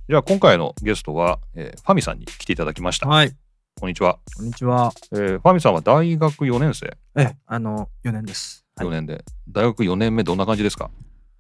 じゃあ今回のゲストは、ファミさんに来ていただきました。 はい。 こんにちは。 こんにちは。 ファミさんは大学4年生。 4年です。 4年で、大学4年目どんな感じですか？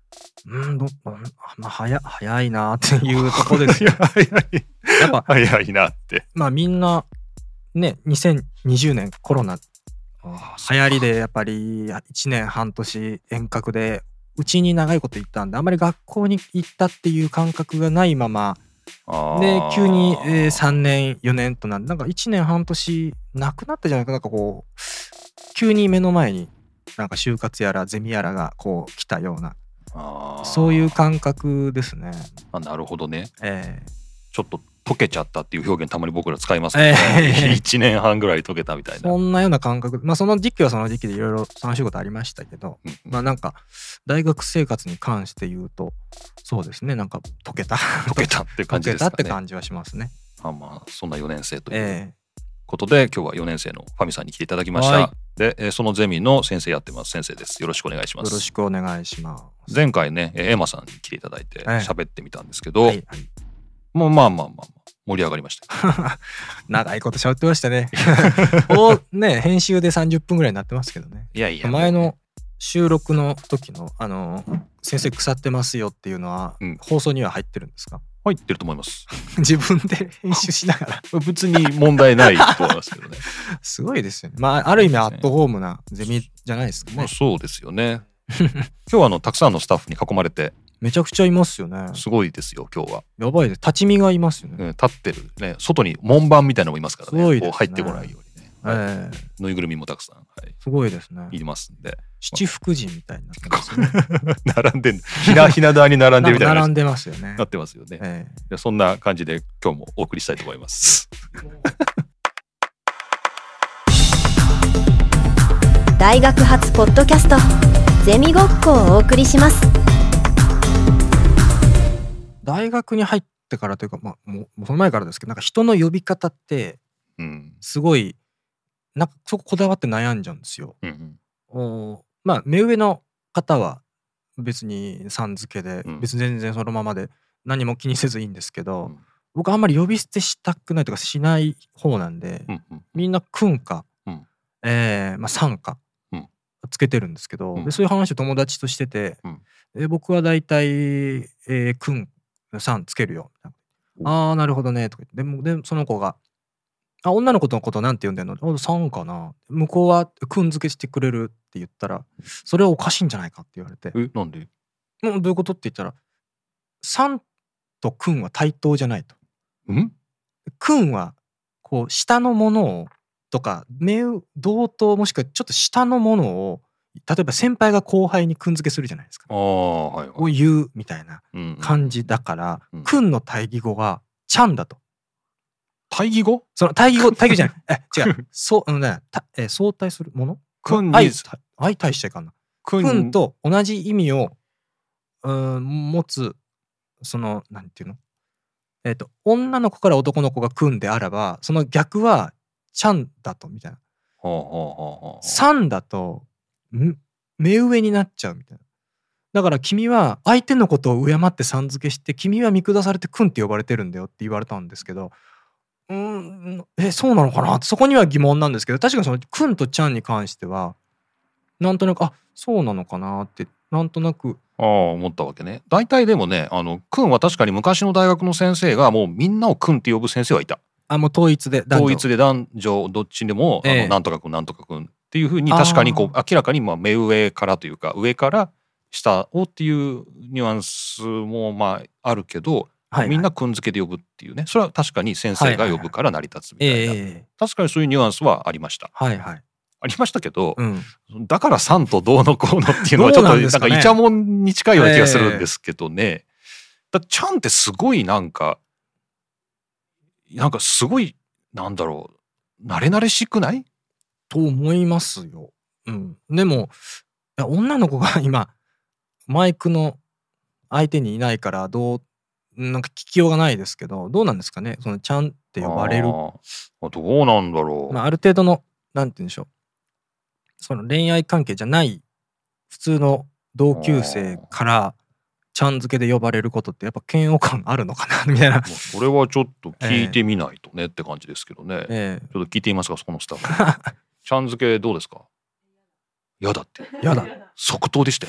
早いなっていうところですよ。やっぱ早いなって。 みんなね、2020年コロナ流行りでやっぱり1年半年遠隔でうちに長いこと行ったんで、あんまり学校に行ったっていう感覚がないままで急に3年4年となんか1年半年なくなったじゃないか。なんかこう急に目の前になんか就活やらゼミやらがこう来たような、そういう感覚ですね。 なるほどね。ちょっと溶けちゃったっていう表現たまに僕ら使いますけど、1年半ぐらい溶けたみたいな、 そんなような感覚。その時期はその時期でいろいろ楽しいことありましたけど、なんか大学生活に関して言うとそうですね、なんか溶けたって感じですかね。溶けたって感じはしますね。 そんな4年生ということで、今日は4年生のファミさんに来ていただきました。で、そのゼミの先生やってます先生です。よろしくお願いします。 よろしくお願いします。 前回ね、エマさんに来ていただいて喋ってみたんですけど、もうまあ盛り上がりました。 長いこと喋ってましたね。編集で30分ぐらいになってますけどね。 いや前の収録の時の先生腐ってますよっていうのは、放送には入ってるんですか？ 入ってると思います。 自分で編集しながら別に問題ないと思いますけどね。 すごいですよね。ある意味アットホームなゼミじゃないですかね。 そうですよね。今日はたくさんのスタッフに囲まれて、 めちゃくちゃいますよね。 すごいですよ今日は。 やばいです。立ち見がいますよね。 立ってるね。外に門番みたいなのもいますからね。 すごいですね。 こう入ってこないようにね。ぬいぐるみもたくさん、 すごいですね。 いますんで。 七福神みたいになってますね。 並んでんの。ひな壇に並んでるみたいな。 並んでますよね。 なってますよね。そんな感じで今日もお送りしたいと思います。 大学発ポッドキャストゼミごっこをお送りします。 大学に入ってからというか、もうその前からですけど、なんか人の呼び方ってすごいなんかそここだわって悩んじゃうんですよ。目上の方は別にさん付けで、別に全然そのままで何も気にせずいいんですけど、僕あんまり呼び捨てしたくないとかしない方なんで、みんなくんか、さんかつけてるんですけど、でそういう話を友達としてて、僕はだいたいくんさんつけるよ。ああなるほどねとか言って、でその子が女の子のことなんて呼んでんの？さんかな。向こうはくん付けしてくれるって言ったら、それはおかしいんじゃないかって言われて。 なんで？ どういうことって言ったら、さんとくんは対等じゃないと。くんはこう下のものをとか同等もしくはちょっと下のものを、例えば先輩が後輩にくん付けするじゃないですか。を言うみたいな感じだから、くんの対義語がちゃんだと。 対義語？ その対義語じゃない。違う。相対するもの？ くんに相対しちゃいかんな。くんと同じ意味を持つ、そのなんていうの？女の子から男の子がくんであらば、その逆はちゃんだとみたいな。さんだと目上になっちゃうみたいな。だから君は相手のことを敬ってさん付けして、君は見下されてくんって呼ばれてるんだよって言われたんですけど、そうなのかなって、そこには疑問なんですけど、確かにそのくんとちゃんに関してはなんとなくそうなのかなってなんとなく思ったわけね。大体でもね、くんは確かに昔の大学の先生がもうみんなをくんって呼ぶ先生はいた。 もう統一で男女どっちでも、なんとかくんなんとかくんっていうふうに、確かにこう明らかに目上からというか上から下をっていうニュアンスもあるけど、みんなくん付けで呼ぶっていうね、それは確かに先生が呼ぶから成り立つみたいな、確かにそういうニュアンスはありました。ありましたけど、だからさんとどうのこうのっていうのはちょっとなんかイチャモンに近いような気がするんですけどね。ちゃんってすごいなんかすごいなんだろう、慣れ慣れしくないと思いますよ。でも女の子が今マイクの相手にいないからなんか聞きようがないですけど、どうなんですかね、そのちゃんって呼ばれる。 どうなんだろう。 ある程度のなんて言うんでしょう、その恋愛関係じゃない普通の同級生からちゃん付けで呼ばれることってやっぱ嫌悪感あるのかなみたいな。 それはちょっと聞いてみないとねって感じですけどね、ちょっと聞いてみますか、そこのスタッフちゃん付けどうですか？やだって。 やだ。 即答でしたよ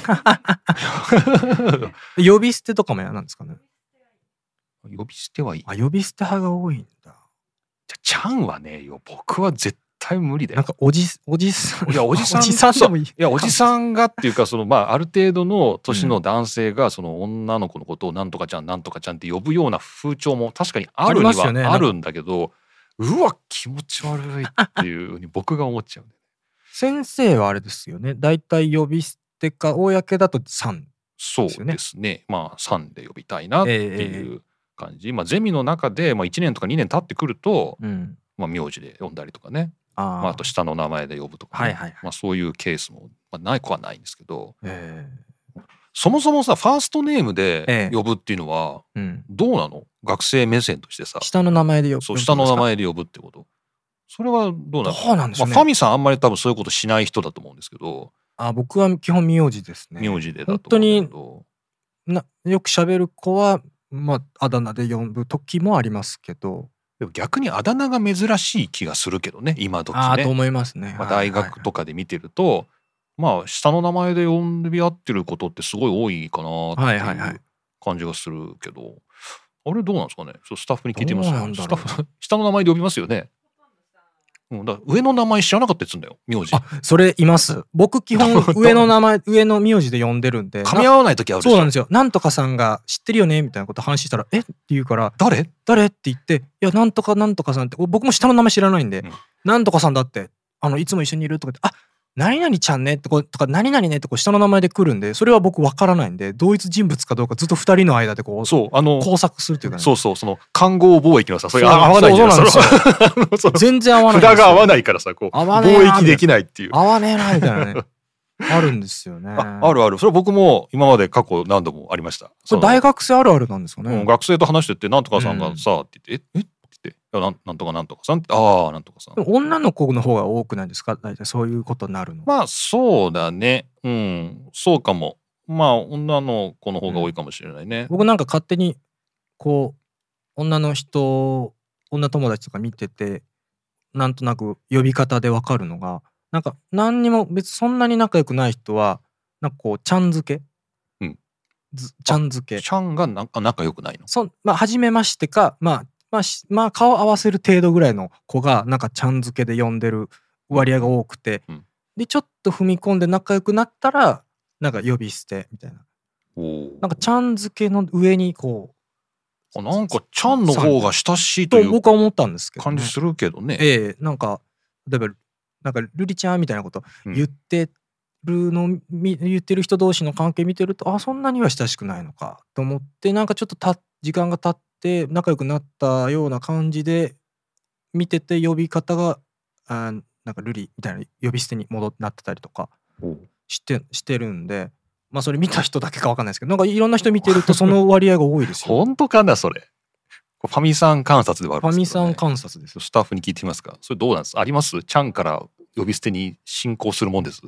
呼び捨てとかも嫌なんですかね？ 呼び捨てはいい。 呼び捨て派が多いんだ。 ちゃんはね、僕は絶対無理だよ。 なんかおじさん。 いや、おじさん。 おじさんでもいい。 いや、おじさんがっていうか、ある程度の年の男性が、女の子のことをなんとかちゃん、なんとかちゃんって呼ぶような風潮も確かにあるにはあるんだけど、うわ、気持ち悪いっていうふうに僕が思っちゃう。 先生はあれですよね。だいたい呼び捨てか、公だとさん。 そうですね。さんで呼びたいなっていう感じ。ゼミの中で、1年とか2年経ってくると、名字で呼んだりとかね。あと下の名前で呼ぶとか、そういうケースも、ない子はないんですけど、そもそもさ、ファーストネームで呼ぶっていうのはどうなの？学生目線としてさ、 下の名前で呼ぶ。 そう、下の名前で呼ぶってこと。それはどうなの？ どうなんでしょうね。 ファミさんあんまり多分そういうことしない人だと思うんですけど。 僕は基本名字ですね。 名字でだと思うけど。 本当によく喋る子はあだ名で呼ぶ時もありますけど。 でも逆にあだ名が珍しい気がするけどね、今時ね。 と思いますね。 大学とかで見てると、下の名前で呼び合ってることってすごい多いかなっていう感じがするけど、あれどうなんですかね。スタッフに聞いてみます。スタッフ下の名前で呼びますよね。だ上の名前知らなかったやつんだよ、名字。 それいます。僕基本上の名前上の名字で呼んでるんで。 噛み合わない時あるでしょ。 そうなんですよ。なんとかさんが知ってるよねみたいなこと話したら、えって言うから、誰って言って、いやなんとかなんとかさんって、僕も下の名前知らないんで、なんとかさんだっていつも一緒にいるとか言って、何々ちゃんねとか何々ねって下の名前で来るんで、それは僕分からないんで、同一人物かどうかずっと二人の間で工作するっていうかね。 そう環合貿易のさ、それ合わないじゃん。 全然合わない。 札が合わないからさ、貿易できないっていう。 合わねえなみたいなね。あるんですよね。 あるある。それ僕も今まで過去何度もありました。 それ大学生あるあるなんですかね。 学生と話してて、なんとかさんがさって言って、えって言って、なんとかなんとかさんって、なんとかさん。 女の子の方が多くないですか？大体そういうことになるの。 そうだね。そうかも。女の子の方が多いかもしれないね。 僕なんか勝手に女友達とか見てて、なんとなく呼び方でわかるのが、なんか何にも別にそんなに仲良くない人はなんかちゃん付け、ちゃん付け。 ちゃんが仲良くないの？ 初めましてか、顔合わせる程度ぐらいの子がなんかちゃん付けで呼んでる割合が多くて、でちょっと踏み込んで仲良くなったらなんか呼び捨てみたいな。なんかちゃん付けの上になんかちゃんの方が親しいという僕は思ったんですけど、 感じするけどね。 なんか例えばなんかルリちゃんみたいなこと言ってる人同士の関係見てると、そんなには親しくないのかと思って、なんかちょっと時間が経って仲良くなったような感じで見てて、呼び方がなんかルリみたいな呼び捨てになってたりとかしてるんで、それ見た人だけか分かんないですけど、なんかいろんな人見てるとその割合が多いですよ。 本当かなそれ。ファミさん観察ではあるんですけどね。 ファミさん観察です。 スタッフに聞いてみますか。それどうなんです？あります？ちゃんから呼び捨てに進行するもんです？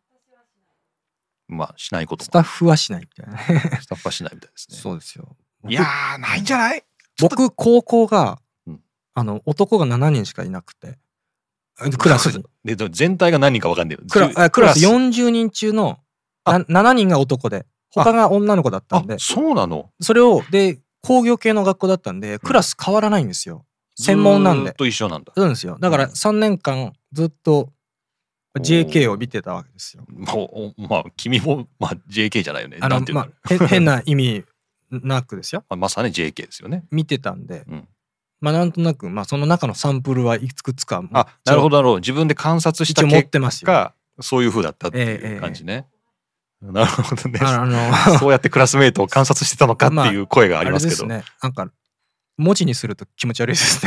しないことも。 スタッフはしないみたいな。 スタッフはしないみたいですね。 そうですよ。 いやー、ないんじゃない？ 僕高校が男が7人しかいなくて、クラスに。 で全体が何人か分かんないよ。 クラス40人中の7人が男で、他が女の子だったんで。 そうなの？ それを工業系の学校だったんで、クラス変わらないんですよ。専門なんで。 ずっと一緒なんだ。 そうですよ。だから3年間ずっと JK を見てたわけですよ。 君もJK じゃないよね。 変な意味なくですよ。 まさに JK ですよね。 見てたんで、なんとなくその中のサンプルはいくつか。 なるほどなるほど。自分で観察した結果そういう風だったっていう感じね。なるほどね。そうやってクラスメイトを観察してたのかっていう声がありますけど。 あれですね。なんか文字にすると気持ち悪いですね。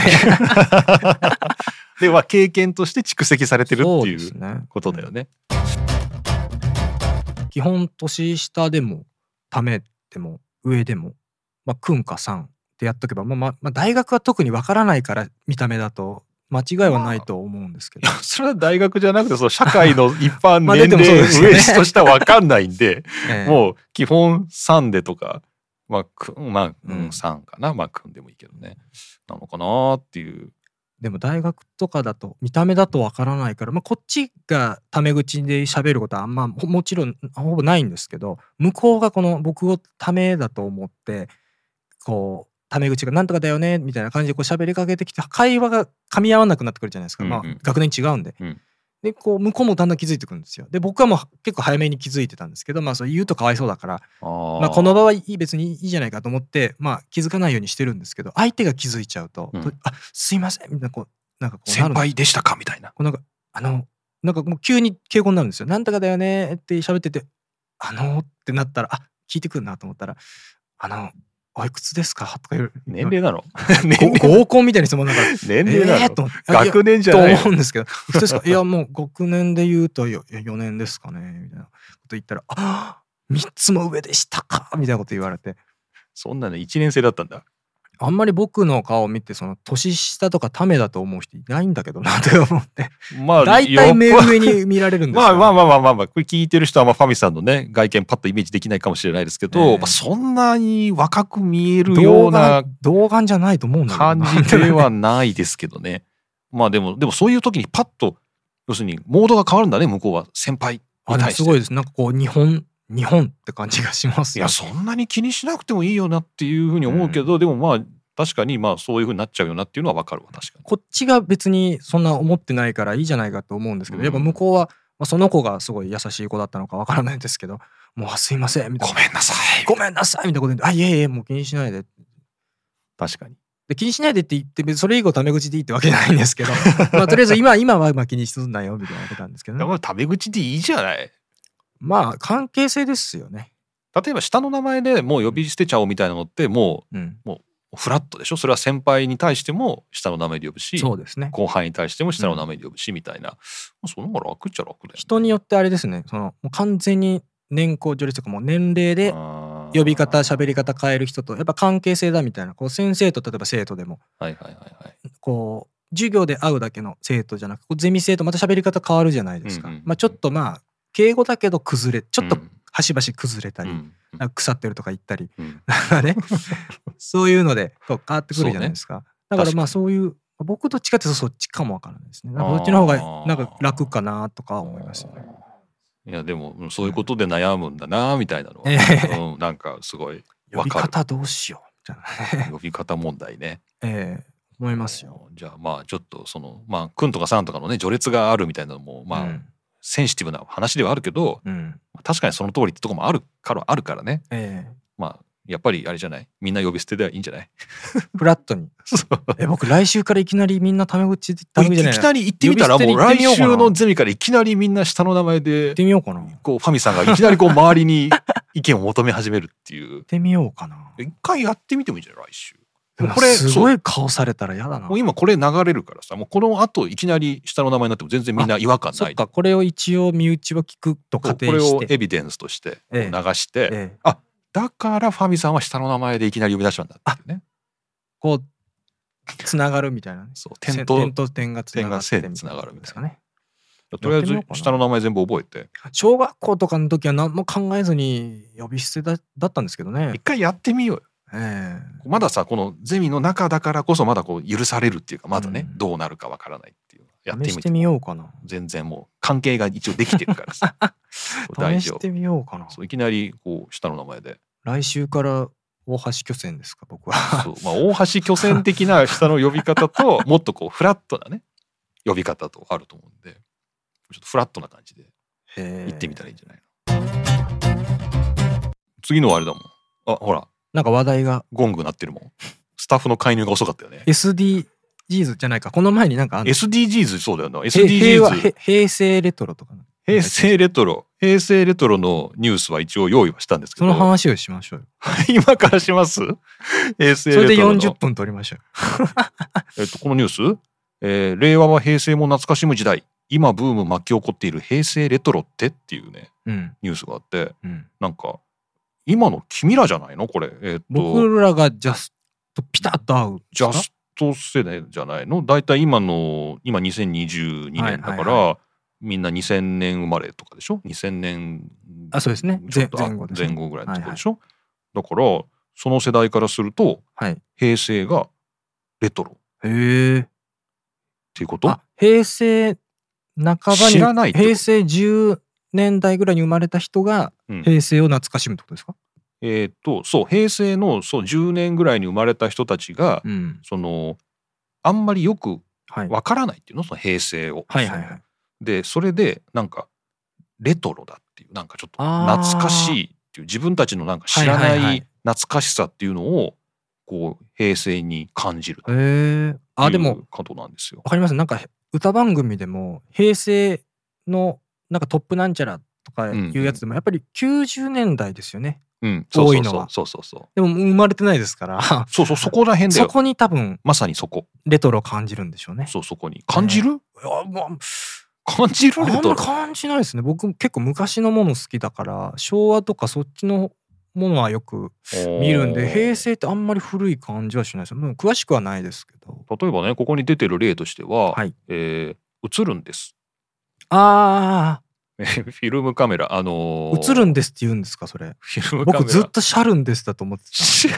では経験として蓄積されてるっていうことだよね。 基本年下でもためでも上でもくんかさんってやっとけば、大学は特にわからないから見た目だと間違いはないと思うんですけど、 それは大学じゃなくて社会の一般年齢上としたら分かんないんで、もう基本3でとかまあさんかな、まあくんでもいいけどね、なのかなっていう。 でも大学とかだと見た目だとわからないから、まあ、こっちがタメ口で喋ることはもちろんほぼないんですけど、向こうがこの僕をタメだと思ってこうタメ口がなんとかだよねみたいな感じでこう喋りかけてきて、会話が噛み合わなくなってくるじゃないですか、まあ学年違うんで。でこう向こうもだんだん気づいてくるんですよ。で僕はもう結構早めに気づいてたんですけど、まあそう言うとかわいそうだから、まあこの場は別にいいじゃないかと思って、まあ気づかないようにしてるんですけど、相手が気づいちゃうと、あ、すいませんみたいな、こうなんかこう先輩でしたかみたいな、 なんかなんかもう急に敬語になるんですよ。なんとかだよねって喋ってて、ってなったら、あ、聞いてくるなと思ったら、おいくつですかとかいう。 年齢なの合コンみたいに質問だから。 年齢なの学年じゃないと思うんですけど。普通ですかいやもう学年で言うと4年ですかねみたいなこと言ったら、3つも上でしたかみたいなこと言われて。 そんなの1年生だったんだ。 あんまり僕の顔を見てその年下とかためだと思う人いないんだけどなって思って、まあ大体目上に見られるんですよ。 まあこれ聞いてる人はファミさんのね外見パッとイメージできないかもしれないですけど、そんなに若く見えるような童顔じゃないと思うんだけど感じではないですけどね。まあでもそういう時にパッと要するにモードが変わるんだね、向こうは先輩に対して。 すごいです。なんかこう日本って感じがしますよ。いやそんなに気にしなくてもいいよなっていうふうに思うけど、でもまあ確かにまあそういうふうになっちゃうよなっていうのは分かるわ。確かにこっちが別にそんな思ってないからいいじゃないかと思うんですけど、やっぱ向こうは、その子がすごい優しい子だったのか分からないですけど、もうすいませんみたいな、 ごめんなさいみたいなことで、いえもう気にしないで。 確かに。 で気にしないでって言ってそれ以後タメ口でいいってわけじゃないんですけどまあとりあえず今はまあ気にすんなよみたいなことなんですけどね。 タメ口でいいじゃない。 まあ関係性ですよね。 例えば下の名前でもう呼び捨てちゃおうみたいなのってもうフラットでしょ。それは先輩に対しても下の名前で呼ぶし、 そうですね、 後輩に対しても下の名前で呼ぶし、みたいな、その方が楽っちゃ楽だよね。 人によってあれですね、もう完全に年功序列とかもう年齢で呼び方喋り方変える人とやっぱ関係性だみたいな、こう先生と例えば生徒でも、こう授業で会うだけの生徒じゃなくゼミ生とまた喋り方変わるじゃないですか。まあちょっと敬語だけどちょっと端々崩れたり、腐ってるとか言ったり、ね、そういうので変わってくるじゃないですか。だからまあそういう僕どっちかっていうとそっちかもわからないですね。そっちの方がなんか楽かなとか思いますよね。 いやでもそういうことで悩むんだなみたいなのは、なんかすごい呼び方どうしようみたいな呼び方問題ね。 思いますよ。 じゃあまあちょっとくんとかさんとかのね序列があるみたいなのもセンシティブな話ではあるけど、確かにその通りってとこもあるからね。まあやっぱりあれじゃない、みんな呼び捨てではいいんじゃない。 フラットに僕来週からいきなりみんなタメ口でいきなり言ってみたら、もう来週のゼミからいきなりみんな下の名前で言ってみようかな。 こうファミさんがいきなりこう周りに意見を求め始めるっていう。 言ってみようかな。 一回やってみてもいいんじゃない来週。 これすごい顔されたら嫌だな。 もう今これ流れるからさ、もうこの後いきなり下の名前になっても全然みんな違和感ない。 そっか、これを一応身内は聞くと仮定して、 これをエビデンスとして流して、だからファミさんは下の名前でいきなり呼び出したんだっていうね。 こうつながるみたいなね。 そう、 点と点がつながってつながるみたいなね。とりあえず下の名前全部覚えて。 小学校とかの時は何も考えずに呼び捨てだったんですけどね。 一回やってみようよ。まださこのゼミの中だからこそまだこう許されるっていうか、まだね、どうなるかわからないっていう、 やってみてみようかな。 全然もう関係が一応できてるからさ試してみようかな。 そういきなりこう下の名前で。 来週から大橋巨泉ですか僕は。 そう、大橋巨泉的な下の呼び方ともっとこうフラットなね呼び方とあると思うんで、ちょっとフラットな感じで言ってみたらいいんじゃないの。次のあれだもん。ほら。 なんか話題がゴングなってるもん。スタッフの介入が遅かったよね。 SDGs じゃないか。この前になんか SDGs そうだよな。SDGs 平成レトロとか。 平成レトロのニュースは一応用意はしたんですけど。 その話をしましょうよ。 今からします？平成レトロの。 それで40分取りましょう。このニュース、令和は平成も懐かしむ時代。今ブーム巻き起こっている平成レトロってっていうね、ニュースがあって、なんか。今の君らじゃないのこれ、 僕らがジャストピタッと合うジャスト世代じゃないの。だいたい今2022年だから、みんな2000年生まれとかでしょ。2000年そうですね前後ぐらいのとこでしょ。だからその世代からすると、 はい、 平成がレトロ。 へえ。 っていうこと？ 平成半ばに知らないってこと？ 平成10年代ぐらいに生まれた人が平成を懐かしむってことですか？ そう平成の10年ぐらいに生まれた人たちが、あんまりよくわからないっていうの、その平成を。でそれでなんかレトロだっていう、なんかちょっと懐かしいっていう、自分たちのなんか知らない懐かしさっていうのをこう平成に感じるということなんですよ。 わかります。なんか歌番組でも平成のなんかトップなんちゃらとかいうやつでもやっぱり90年代ですよね。多いのは。でも生まれてないですから。 そこら辺で。 そこに多分まさにそこ。 レトロを感じるんでしょうね。 そこに感じる？感じる？レトロ。 あんま感じないですね。僕結構昔のもの好きだから昭和とかそっちのものはよく見るんで、平成ってあんまり古い感じはしないです。詳しくはないですけど。 例えばね、ここに出てる例としては、映るんです。フィルムカメラ、 映るんですって言うんですか、それ。 フィルムカメラ。 僕ずっとシャルンですだと思ってた。 シ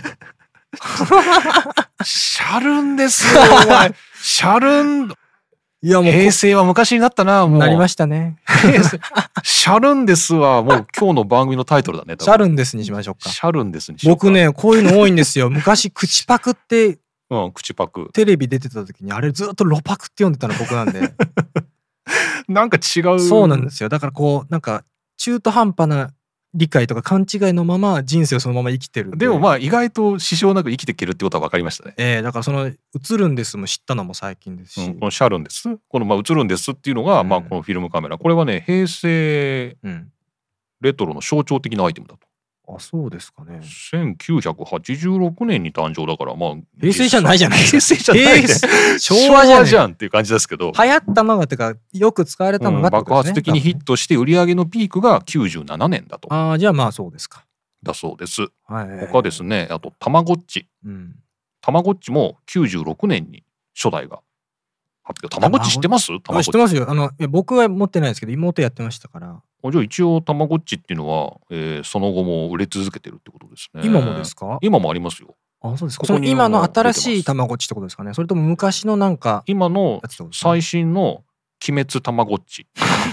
ャルンですよ、お前。シャルン。いやもう平成は昔になったな、もう。 なりましたね。 シャルンですはもう今日の番組のタイトルだね。 シャルンですにしましょうか。 シャルンですにしようか。 僕ね、こういうの多いんですよ。昔口パクって、 口パク。 テレビ出てた時にあれずっとロパクって読んでたの僕なんで。 なんか違う。 そうなんですよ。だからこうなんか中途半端な理解とか勘違いのまま人生をそのまま生きてる。 でもまあ意外と支障なく生きていけるってことは分かりましたね。 だからその映るんですも知ったのも最近ですし、 このシャルンです、この映るんですっていうのが、まあこのフィルムカメラ、これはね平成レトロの象徴的なアイテムだと。 そうですかね。 1986年に誕生だから、まあ平成じゃないじゃないですか。 平成じゃないね。昭和じゃんっていう感じですけど。 流行ったのがってかよく使われたのが、 爆発的にヒットして売り上げのピークが97年だと。 じゃあまあそうですか。 だそうです。他ですね、あとたまごっち。たまごっちも96年に初代が発表。たまごっち知ってます？知ってますよ。僕は持ってないですけど妹やってましたから。 じゃあ一応たまごっちっていうのは、その後も売れ続けてるってことですね。 今もですか？ 今もありますよ。 そうですか。その今の新しいたまごっちってことですかね。それとも昔のなんか今の最新の鬼滅たまごっち。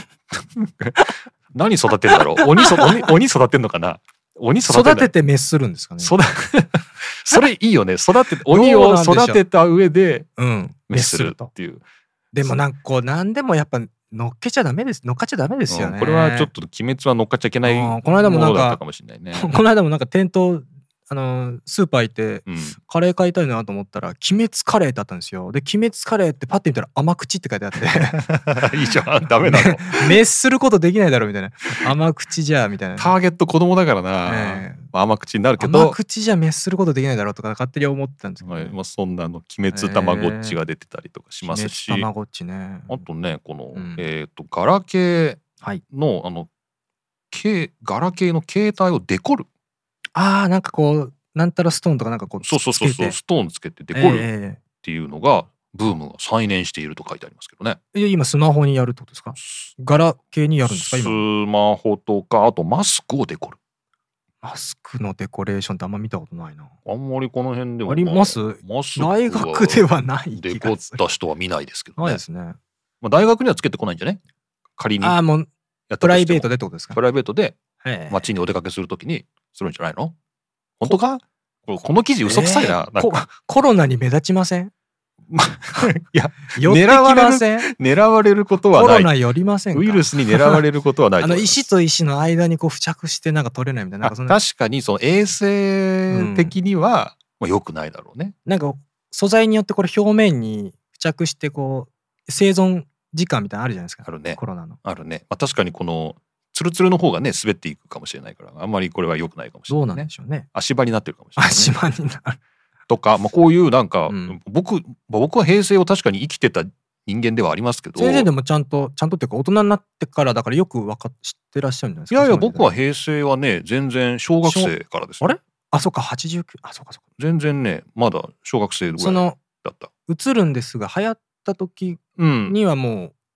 何育てるんだろう。鬼育てるのかな。 育てて滅するんですかね。 それいいよね。鬼を育てた上で滅するっていう。 でもなんかこう何でもやっぱ乗っかっちゃダメですよね。 これはちょっと鬼滅は乗っかっちゃいけないものだったかもしれないね。 この間もなんか店頭スーパー行って、カレー買いたいなと思ったら鬼滅カレーってあったんですよ。で鬼滅カレーってパッて見たら甘口って書いてあっていいじゃん、ダメなの。 滅することできないだろみたいな。甘口じゃみたいな。 ターゲット子供だからな、甘口になるけど甘口じゃ滅することできないだろうとか勝手に思ってたんですけど、 そんなの鬼滅たまごっちが出てたりとかしますし、 鬼滅たまごっちね。 あとねこの、ガラケーの、ガラケーの携帯をデコる。 なんかこうなんたらストーンとかなんかこうそうストーンつけてデコるっていうのがブームが再燃していると書いてありますけどね。 今スマホにやるってことですか？ガラケーにやるんですか？今スマホとかあとマスクをデコる。 マスクのデコレーションってあんま見たことないな。 あんまりこの辺でもあります？大学ではないデコった人は見ないですけどね。 ないですね。 まあ大学にはつけてこないんじゃね？仮にもうプライベートでってことですか？ プライベートで街にお出かけするときにするんじゃないの？本当か？この記事嘘くさいな。 コロナに目立ちません？ いや、 狙われることはない。 コロナよりませんか？ ウイルスに狙われることはない。 石と石の間にこう付着してなんか取れないみたいな。 確かにその衛生的には良くないだろうね。 なんか素材によってこれ表面に付着してこう生存時間みたいなのあるじゃないですか。 あるね。 コロナの。 あるね。確かにこのツルツルの方がね滑っていくかもしれないから、あんまりこれは良くないかもしれないね。 どうなんでしょうね。 足場になってるかもしれない、ね。 足場になる。 とか、こういうなんか、僕は平成を確かに生きてた人間ではありますけど。 先生でもちゃんとっていうか大人になってからだからよく知ってらっしゃるんじゃないですか。 いや僕は平成はね全然小学生からです、ね。 あれ？そうか89。そうか。 全然ねまだ小学生ぐらいだった。 映るんですが流行った時にはもう。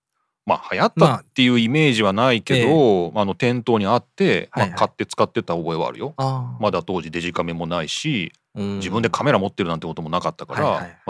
まあ流行ったっていうイメージはないけど、店頭にあって、買って使ってた覚えはあるよ。まだ当時デジカメもないし、自分でカメラ持ってるなんてこともなかったから、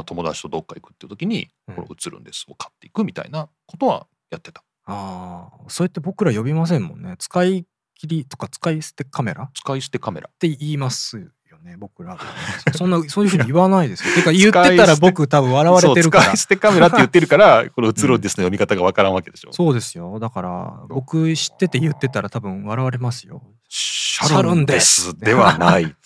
友達とどっか行くっていう時にこれ映るんですを買っていくみたいなことはやってた。 そうやって僕ら呼びませんもんね。使い切りとか使い捨てカメラって言いますよね、僕ら。そういうふうに言わないですよ。てか言ってたら僕多分笑われてるから。 使い捨てカメラって言ってるからこの映るんですの読み方がわからんわけでしょ。 そうですよ。だから僕知ってて言ってたら多分笑われますよ。 シャルンですではないっていう。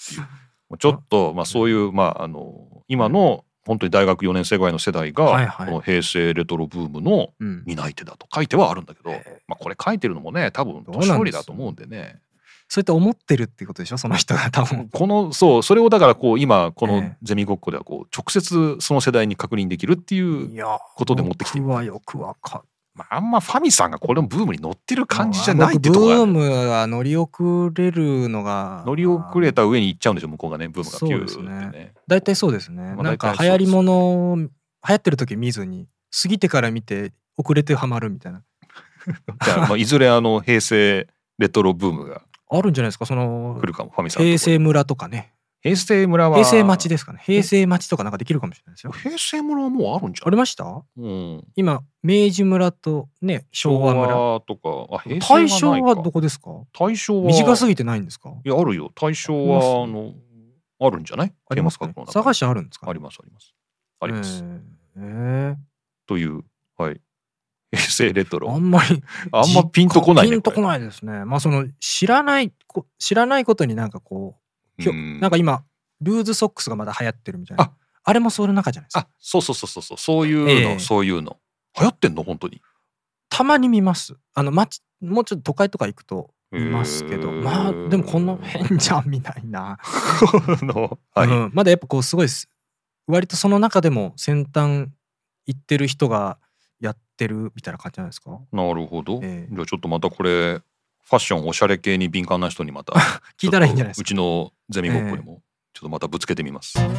ちょっとそういう今の本当に大学4年生ぐらいの世代がこの平成レトロブームの担い手だと書いてはあるんだけど、これ書いてるのもね多分年寄りだと思うんでね。 そうやって思ってるってことでしょ、その人が多分。 それをだから今このゼミごっこでは直接その世代に確認できるっていうことで持ってきてる。 僕はよくわかる。 あんまファミさんがこれのブームに乗ってる感じじゃないってところが、 ブームは乗り遅れるのが乗り遅れた上に行っちゃうんでしょ、向こうがね、ブームがピューってね。 大体そうですね。なんか流行り物流行ってる時見ずに過ぎてから見て遅れてハマるみたいな。 じゃあいずれ平成レトロブームがあるんじゃないですか。 来るかも、ファミさん。 平成村とかね。 平成村は平成町ですかね。平成町とかなんかできるかもしれないですよ。 平成村はもうあるんじゃん。 ありました？今明治村とね、昭和村とか。 大正はどこですか？ 大正は短すぎてないんですか？ いや、あるよ。大正はあるんじゃない？ ありますか？探しあるんですか？ あります。という平成レトロ。 あんまピンとこないね。 ピンとこないですね。知らないことになんかなんか今ルーズソックスがまだ流行ってるみたいな。あれもその中じゃないですか。 そういうの流行ってんの本当に。 たまに見ます。もうちょっと都会とか行くと見ますけど、でもこの辺じゃ見ないな。まだやっぱすごい割とその中でも先端行ってる人がやってるみたいな感じじゃないですか。 なるほど。じゃあちょっとまたこれファッションおしゃれ系に敏感な人にまた聞いたらいいんじゃないですか。 うちのゼミごっこでもちょっとまたぶつけてみます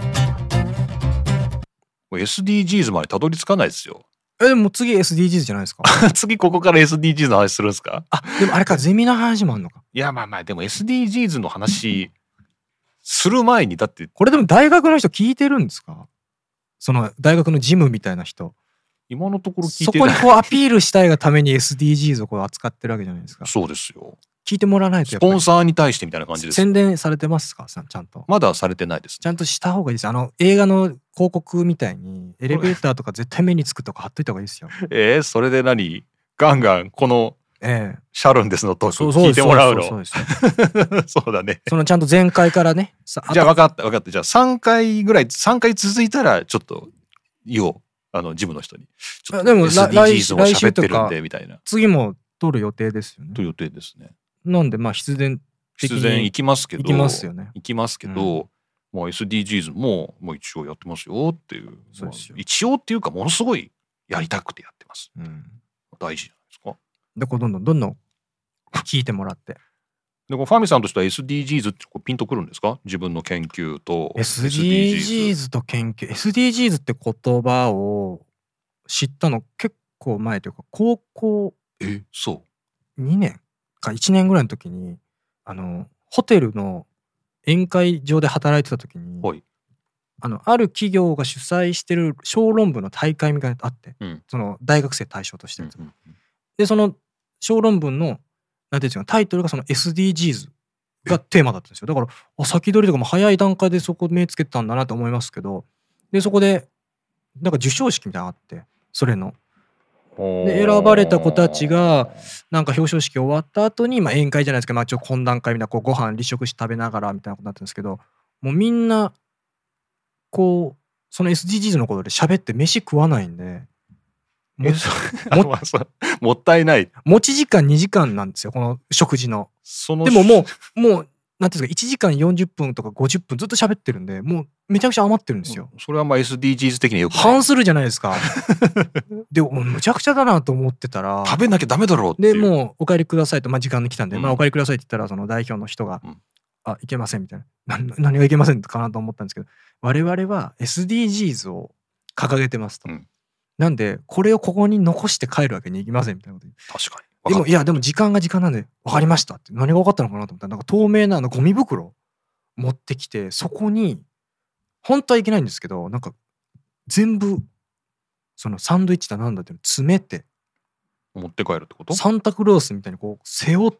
。SDGs までたどり着かないですよ。 でも次 SDGs じゃないですか。 次ここから SDGs の話するんですか？ でもあれか、ゼミの話もあんのか。 いやでも SDGs の話する前にだってこれでも大学の人聞いてるんですか？その大学のジムみたいな人。 今のところ聞いてない。 そこにアピールしたいがために SDGs を扱ってるわけじゃないですか。 そうですよ。 聞いてもらわないとスポンサーに対してみたいな感じです。 宣伝されてますか？ちゃんと。 まだされてないです。 ちゃんとした方がいいです。映画の広告みたいにエレベーターとか絶対目につくとか貼っといた方がいいですよ。 それでガンガンこのシャルンですのトーク聞いてもらうの。そうだね。 ちゃんと前回からね。 じゃあ分かった。じゃあ3回続いたらちょっと言おう。ジムの人に。 でも SDGs を喋ってるんでみたいな。 次も撮る予定ですよね。 撮る予定ですね。 なんで必然行きますけど。 行きますよね。 行きますけど、SDGs も一応やってますよっていう。一応っていうかものすごいやりたくてやってます。大事じゃないですか。 でどんどん聞いてもらって。 でファミさんとしては SDGs ってピンとくるんですか？自分の研究と SDGs と研究。SDGs って言葉を知ったの結構前というか高校そう 2年か1年ぐらいの時にホテルの宴会場で働いてた時に、ある企業が主催してる小論文の大会みたいなのがあって、その大学生対象としてるんですよ。でその小論文のなんていうんですか、タイトルがその SDGs がテーマだったんですよ。だから先取りとかも早い段階でそこ目つけたんだなと思いますけど、でそこでなんか授賞式みたいなのがあって、それので選ばれた子たちがなんか表彰式終わった後に宴会じゃないですか、ちょっと懇談会みたいなご飯立食して食べながらみたいなことになってるんですけど、もうみんなその SDGs のことで喋って飯食わないんで。 もったいない。 持ち時間2時間なんですよ、この食事の。でももうなんていうんですか、1時間40分とか50分ずっと喋ってるんで、もうめちゃくちゃ余ってるんですよ。 それはSDGs 的によく反するじゃないですか。でむちゃくちゃだなと思ってたら、 食べなきゃダメだろうっていう。 でもうお帰りくださいと、時間に来たんで、お帰りくださいって言ったらその代表の人が、いけませんみたいな。何がいけませんかなと思ったんですけど、我々は SDGs を掲げてますと。 なんでこれをここに残して帰るわけにいきませんみたいなこと。 確かに。でも時間が時間なんで分かりましたって。何が分かったのかなと思ったら、なんか透明なゴミ袋持ってきて、そこに本当はいけないんですけど、なんか全部そのサンドイッチだなんだっていうの詰めて持って帰るってこと？ サンタクロースみたいにこう背負って、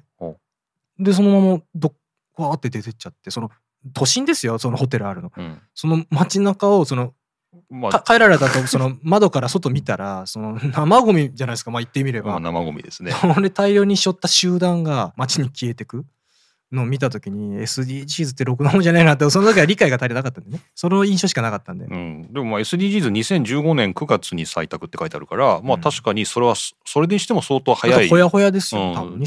でそのままわーって出てっちゃって、その都心ですよ、そのホテルあるの、その街中をその帰られたと、その窓から外見たらその生ゴミじゃないですか、まあ言ってみれば、 生ゴミですね。 それ大量に背負った集団が街に消えてくのを見たときに SDGs ってろくなもんじゃないなって、その時は理解が足りなかったんでね、その印象しかなかったんで、 でもまあ SDGs2015 年9月に採択って書いてあるから、まあ確かにそれはそれにしても相当早い、 ほやほやですよ、多分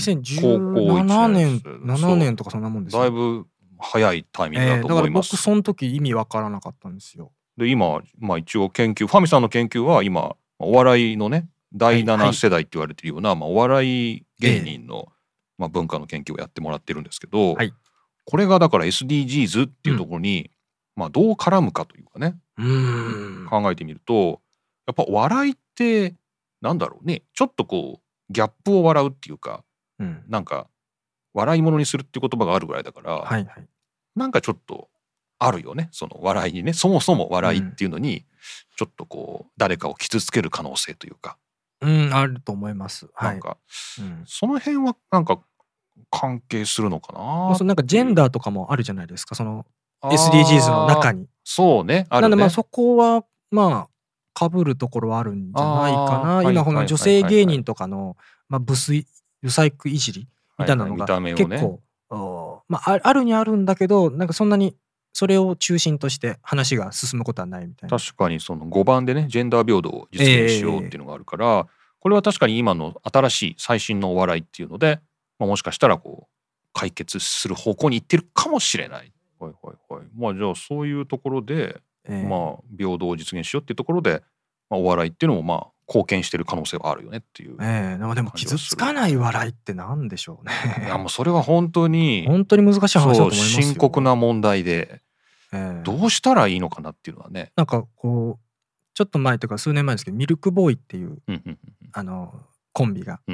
2017年7年とかそんなもんですよ。 だいぶ早いタイミングだと思います。 だから僕その時意味わからなかったんですよ。 で今、まあ、一応ファミさんの研究は今お笑いのね第7世代って言われてるような、まあ、お笑い芸人の、まあ、文化の研究をやってもらってるんですけど、これがだから SDGs っていうところに、まあ、どう絡むかというかね、考えてみるとやっぱ笑いってなんだろうね、ちょっとこうギャップを笑うっていうか、なんか笑い物にするっていう言葉があるぐらいだから、なんかちょっとあるよね、その笑いにね。そもそも笑いっていうのにちょっとこう誰かを傷つける可能性というか、 あると思います。 なんか、その辺はなんか関係するのかな。 なんかジェンダーとかもあるじゃないですか、その SDGs の中に。 そうね、あるね。 なんでまあそこはまあ被るところはあるんじゃないかな。今この女性芸人とかのまあブサイクいじりみたいなのが結構まああるにあるんだけど、なんかそんなにそれを中心として話が進むことはないみたいな。 確かにその5番でね、ジェンダー平等を実現しようっていうのがあるから、これは確かに今の新しい最新のお笑いっていうので、まあ、もしかしたらこう解決する方向に行ってるかもしれない。まあじゃあそういうところで、まあ平等を実現しようっていうところで、まあ、お笑いっていうのもまあ貢献してる可能性はあるよねっていう。 でも傷つかない笑いってなんでしょうね。 いやもうそれは本当に難しい話だと思いますよ。 深刻な問題で、どうしたらいいのかなっていうのはね。 なんかこうちょっと前というか数年前ですけど、ミルクボーイっていうコンビが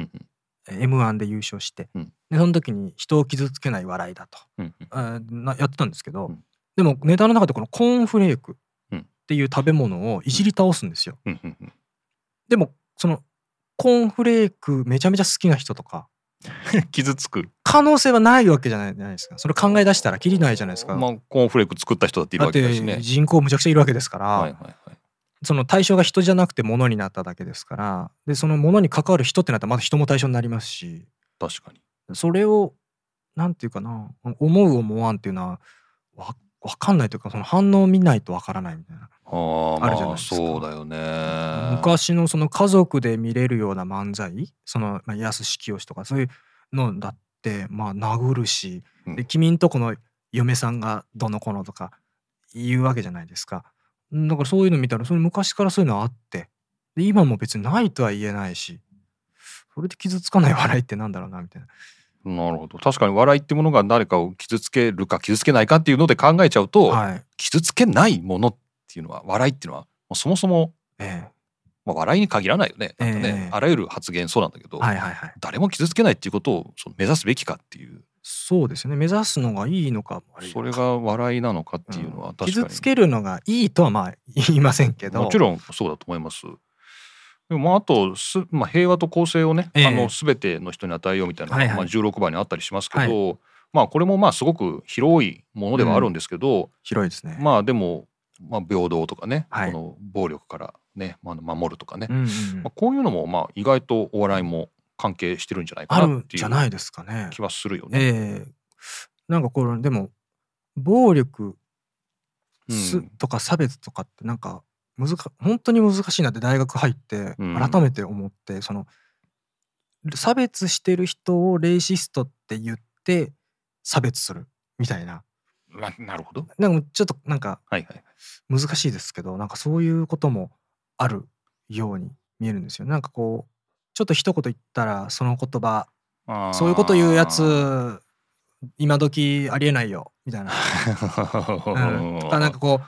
M1 で優勝して、でその時に人を傷つけない笑いだとやってたんですけど、でもネタの中でこのコーンフレークっていう食べ物をいじり倒すんですよ。でもそのコーンフレークめちゃめちゃ好きな人とか傷つく可能性はないわけじゃないですか。それ考え出したらキリないじゃないですか。 まあコーンフレーク作った人だっているわけだしね。 だって人口むちゃくちゃいるわけですから、その対象が人じゃなくて物になっただけですから、でその物に関わる人ってなったらまた人も対象になりますし、 確かにそれをなんていうかな、思う思わんっていうのはわかんないというか、その反応を見ないとわからないみたいなあるじゃないですか。 そうだよね。 昔のその家族で見れるような漫才、その安志清とかそういうのだってまあ殴るし、で君んとこの嫁さんがどの子のとか言うわけじゃないですか。だからそういうの見たら、それ昔からそういうのあって、で今も別にないとは言えないし、それで傷つかない笑いってなんだろうなみたいな。 なるほど。確かに笑いってものが誰かを傷つけるか傷つけないかっていうので考えちゃうと、傷つけないものっていうのは、笑いっていうのはそもそも、まあ、笑いに限らないよね。なんかね、あらゆる発言そうなんだけど、誰も傷つけないっていうことを目指すべきかっていう。 そうですよね。目指すのがいいのか、 それが笑いなのかっていうのは確かに、 傷つけるのがいいとはまあ言いませんけど、 もちろんそうだと思います。でもまああとまあ、平和と公正をね、全ての人に与えようみたいなのが、まあ16番にあったりしますけど、まあこれもまあすごく広いものではあるんですけど、 広いですね。 まあでも、まあ、平等とかね、この暴力からね、守るとかね、まあ、こういうのもまあ意外とお笑いも関係してるんじゃないかなっていう気はするよね。 なんかこれでも暴力とか差別とかってなんか本当に難しいなって大学入って改めて思って、その差別してる人をレイシストって言って差別するみたいな。 なるほど。 なんかちょっとなんか難しいですけど、なんかそういうこともあるように見えるんですよ。なんかこうちょっと一言言ったらその言葉、そういうこと言うやつ今時ありえないよみたいな。とかなんかこう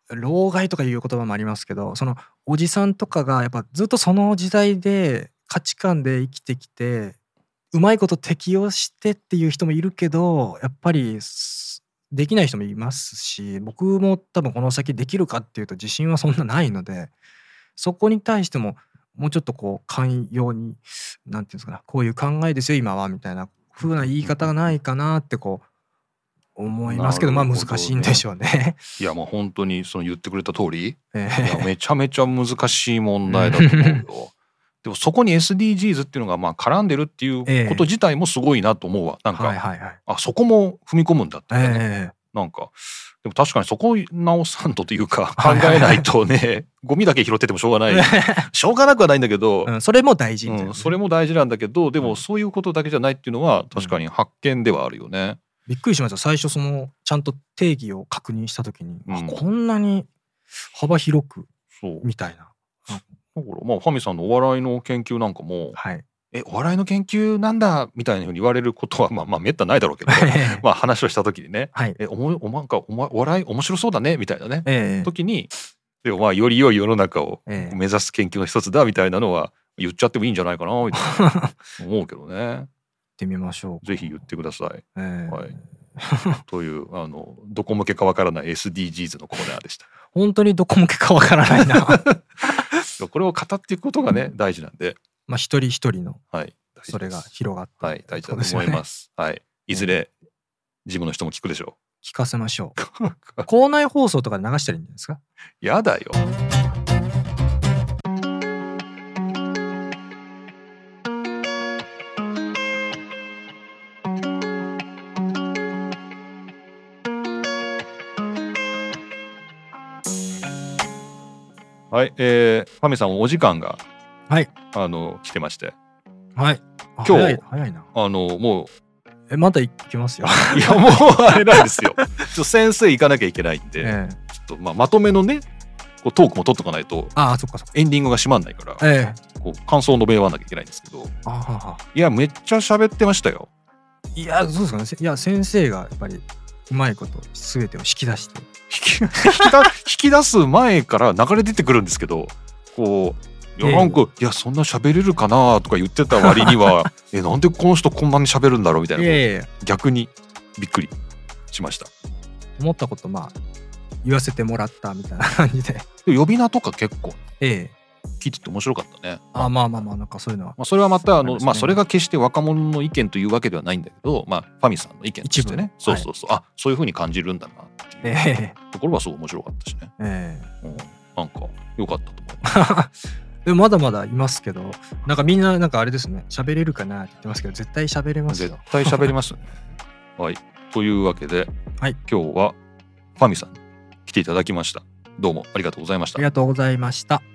老害とかいう言葉もありますけど、そのおじさんとかがやっぱずっとその時代で価値観で生きてきてうまいこと適応してっていう人もいるけど、やっぱりできない人もいますし、僕も多分この先できるかっていうと自信はそんなないので、そこに対してももうちょっとこう寛容に、なんていうんですかね、こういう考えですよ今はみたいな風な言い方がないかなってこう思いますけど、まあ難しいんでしょうね。 いやもう本当にその言ってくれた通り、いやめちゃめちゃ難しい問題だと思うよ。でもそこに SDGs っていうのがまあ絡んでるっていうこと自体もすごいなと思うわ。なんか、あそこも踏み込むんだって、ね、なんかでも確かにそこを直さんというか考えないとね、ゴミだけ拾っててもしょうがないしょうがなくはないんだけど、 それも大事、 それも大事なんだけど、でもそういうことだけじゃないっていうのは確かに発見ではあるよね。 びっくりしました。最初そのちゃんと定義を確認した時に、こんなに幅広くみたいな。 だからまあファミさんのお笑いの研究なんかも、お笑いの研究なんだみたいなふうに言われることはまあめったないだろうけどまあ話をした時にね、なんかお笑い面白そうだねみたいなね、時にでもまあより良い世の中を目指す研究の一つだみたいなのは言っちゃってもいいんじゃないかなみたいな思うけどね。 言ってみましょう。 ぜひ言ってください。というどこ向けかわからない SDGs のコーナーでした。 本当にどこ向けかわからないなこれを語っていくことがね大事なんで、 まあ一人一人のそれが広がって、 大事だと思います。いずれジムの人も聞くでしょう。 聞かせましょう校内放送とかで流したらいいんですか。 やだよ。はい、ファミさんお時間が来てまして、今日早いな。 もうまだ行きますよ。 いやもうあれなんですよ。先生行かなきゃいけないんで、ちょっとまとめのねこうトークも取っとかないと、エンディングが閉まんないから、こう感想を述べ終わんなきゃいけないんですけど、いやめっちゃ喋ってましたよ。 いやそうですかね。いや先生がやっぱりうまいこと全てを引き出して引き出す前から流れ出てくるんですけど、こうなんかいやそんな喋れるかなとか言ってた割にはなんでこの人こんなに喋るんだろうみたいな、逆にびっくりしました。 思ったこと言わせてもらったみたいな感じで。 呼び名とか結構聞いてて面白かったね。 まあなんかそういうのは、 それはまたそれが決して若者の意見というわけではないんだけど、ファミさんの意見としてね、そういう風に感じるんだなっていうところはすごい面白かったしね。なんか良かったと思います。 でもまだまだいますけど、なんかみんななんかあれですね、喋れるかなって言ってますけど、絶対喋れますよ。 絶対喋りますね。というわけで、今日はファミさんに来ていただきました。どうもありがとうございました。 ありがとうございました。